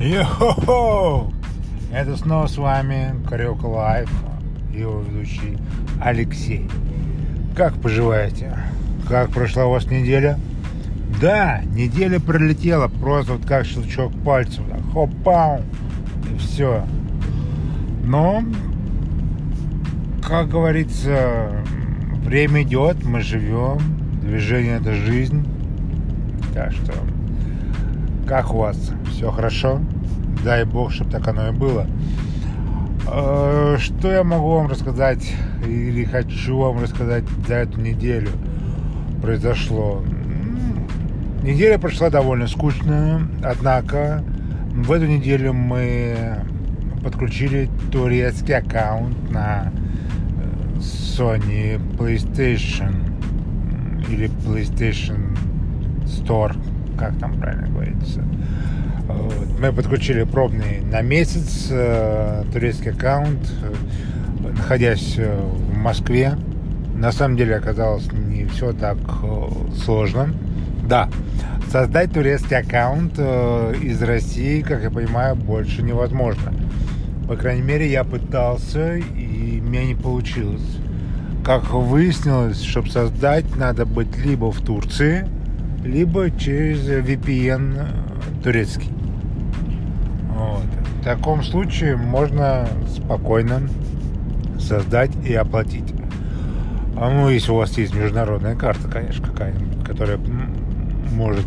Йо-хо-хо! Это снова с вами Кариока Лайф, его ведущий Алексей. Как поживаете? Как прошла у вас неделя? Да, неделя пролетела просто вот как щелчок пальцев. Хоп-пау! И все. Но, как говорится, время идет, мы живем. Движение — это жизнь. Так что, как у вас? Все хорошо? Дай бог, чтобы так оно и было. Что я могу вам рассказать или хочу вам рассказать за эту неделю произошло? Неделя прошла довольно скучная, однако в эту неделю мы подключили турецкий аккаунт на Sony PlayStation или PlayStation Store, как там правильно говорится. Мы подключили пробный на месяц турецкий аккаунт, находясь в Москве. На самом деле оказалось не все так сложно. Да, создать турецкий аккаунт из России, как я понимаю, больше невозможно. По крайней мере, я пытался, и у меня не получилось. Как выяснилось, чтобы создать, надо быть либо в Турции, либо через VPN турецкий. Вот. В таком случае можно спокойно создать и оплатить. Ну, если у вас есть международная карта, конечно, какая-нибудь, которая может...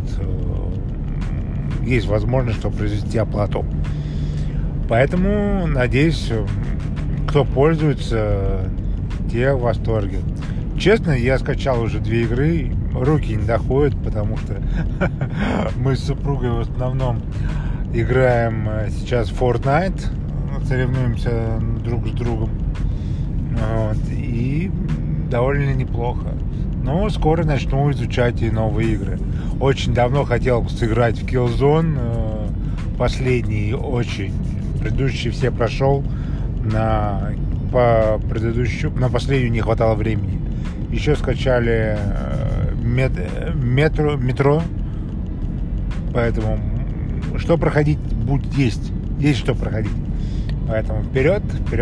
Есть возможность, чтобы произвести оплату. Поэтому, надеюсь, кто пользуется, те в восторге. Честно, я скачал уже 2 игры, руки не доходят, потому что мы с супругой в основном играем сейчас в Fortnite, соревнуемся друг с другом, вот, и довольно неплохо. Но скоро начну изучать и новые игры. Очень давно хотел сыграть в Killzone, последний очень. Предыдущие все прошел, на последнюю не хватало времени. Еще скачали метро, поэтому что проходить будет есть что проходить. Поэтому вперед.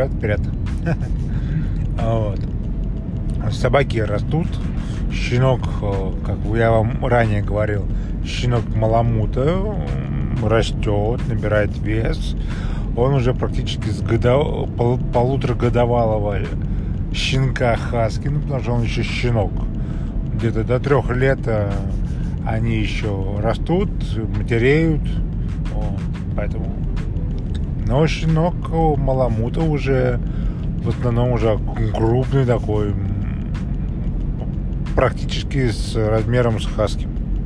Вот. Собаки растут. Щенок, как я вам ранее говорил, щенок маламута растет, набирает вес. Он уже практически с полуторагодовалого щенка хаски, потому что он еще щенок. Где-то до 3 лет они еще растут, матереют. Вот, поэтому. Но щенок маламута уже в основном уже крупный такой, практически с размером с хаски.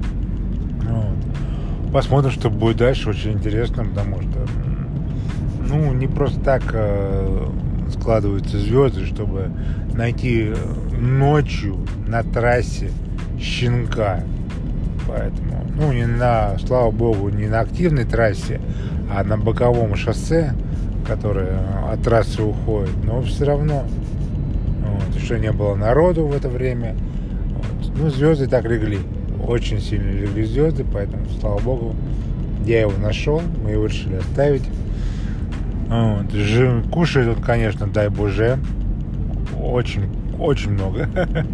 Вот. Посмотрим, что будет дальше. Очень интересно, потому что не просто так складываются звезды, чтобы найти ночью на трассе щенка. Поэтому, слава богу, не на активной трассе, а на боковом шоссе, которое от трассы уходит. Но все равно, что не было народу в это время. Вот. Звезды так легли. Очень сильно легли звезды, поэтому, слава богу, я его нашел, мы его решили оставить. Вот. Кушает он, конечно, дай боже, очень много.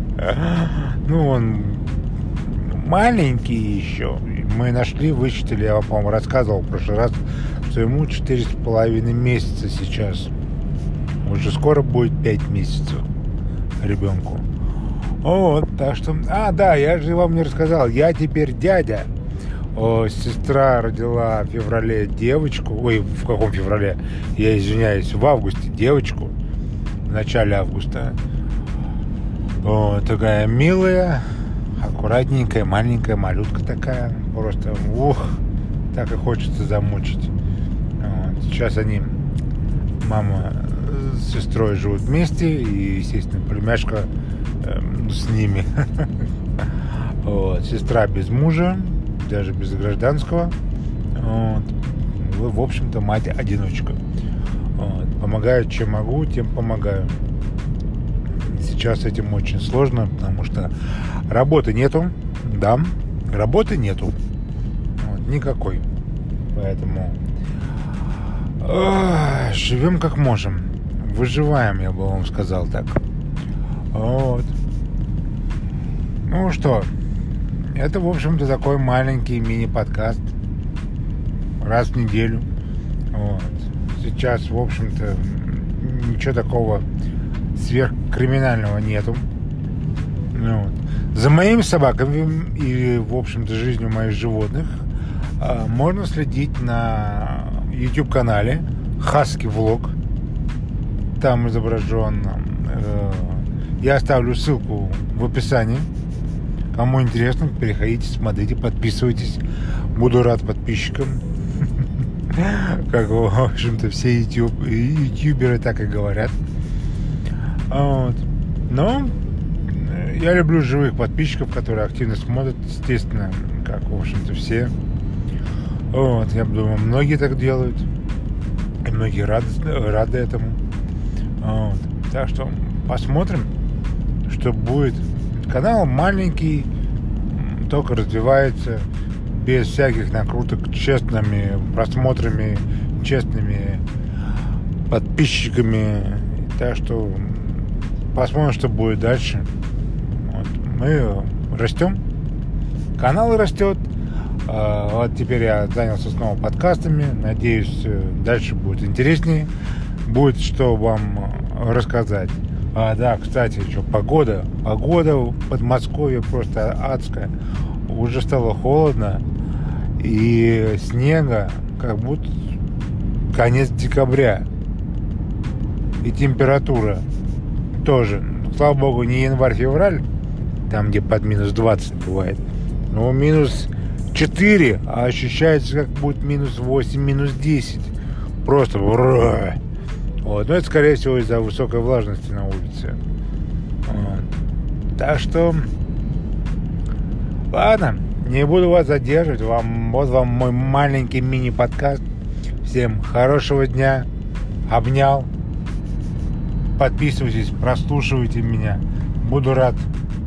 Он маленький еще. Мы нашли, высчитали, я вам, по-моему, рассказывал в прошлый раз, что ему 4,5 месяца сейчас. Уже скоро будет 5 месяцев ребенку. Вот, так что... да, я же вам не рассказал. Я теперь дядя. Сестра родила в феврале девочку. Ой, в каком феврале? Я извиняюсь, в августе девочку. В начале августа. Такая милая, аккуратненькая, маленькая малютка такая. Просто, так и хочется замучить. Сейчас мама с сестрой живут вместе. И, естественно, племяшка с ними. Сестра без мужа, даже без гражданского. В общем-то, мать-одиночка. Помогаю, чем могу, тем помогаю. Сейчас с этим очень сложно, потому что работы нету. Да, работы нету. Никакой. Поэтому живем как можем. Выживаем, я бы вам сказал так. Вот. Ну что, это, в общем-то, такой маленький мини-подкаст. Раз в неделю. Вот. Сейчас, в общем-то, ничего такого сверхкриминального нету. Вот. За моими собаками и, в общем-то, жизнью моих животных можно следить на YouTube-канале Husky Vlog. Там изображен. Я оставлю ссылку в описании. Кому интересно, переходите, смотрите, подписывайтесь. Буду рад подписчикам. Как, в общем-то, все ютуберы так и говорят. Вот. Но я люблю живых подписчиков, которые активно смотрят, естественно, как, в общем-то, все. Вот. Я думаю, многие так делают. И многие рады этому. Вот. Так что посмотрим, что будет. Канал маленький, только развивается, без всяких накруток, честными просмотрами, честными подписчиками. Так что посмотрим, что будет дальше. Вот. Мы растем, канал растет. Вот теперь я занялся снова подкастами. Надеюсь, дальше будет интереснее. Будет что вам рассказать. Да, кстати, еще погода. Погода в Подмосковье просто адская. Уже стало холодно. И снега, как будто конец декабря. И температура тоже. Слава богу, не январь-февраль, там, где под минус 20 бывает. Но минус 4, а ощущается, как будет минус 8, минус 10. Просто ура! Вот. Но это, скорее всего, из-за высокой влажности на улице. Вот. Так что, ладно, не буду вас задерживать. Вот вам мой маленький мини-подкаст. Всем хорошего дня. Обнял. Подписывайтесь, прослушивайте меня. Буду рад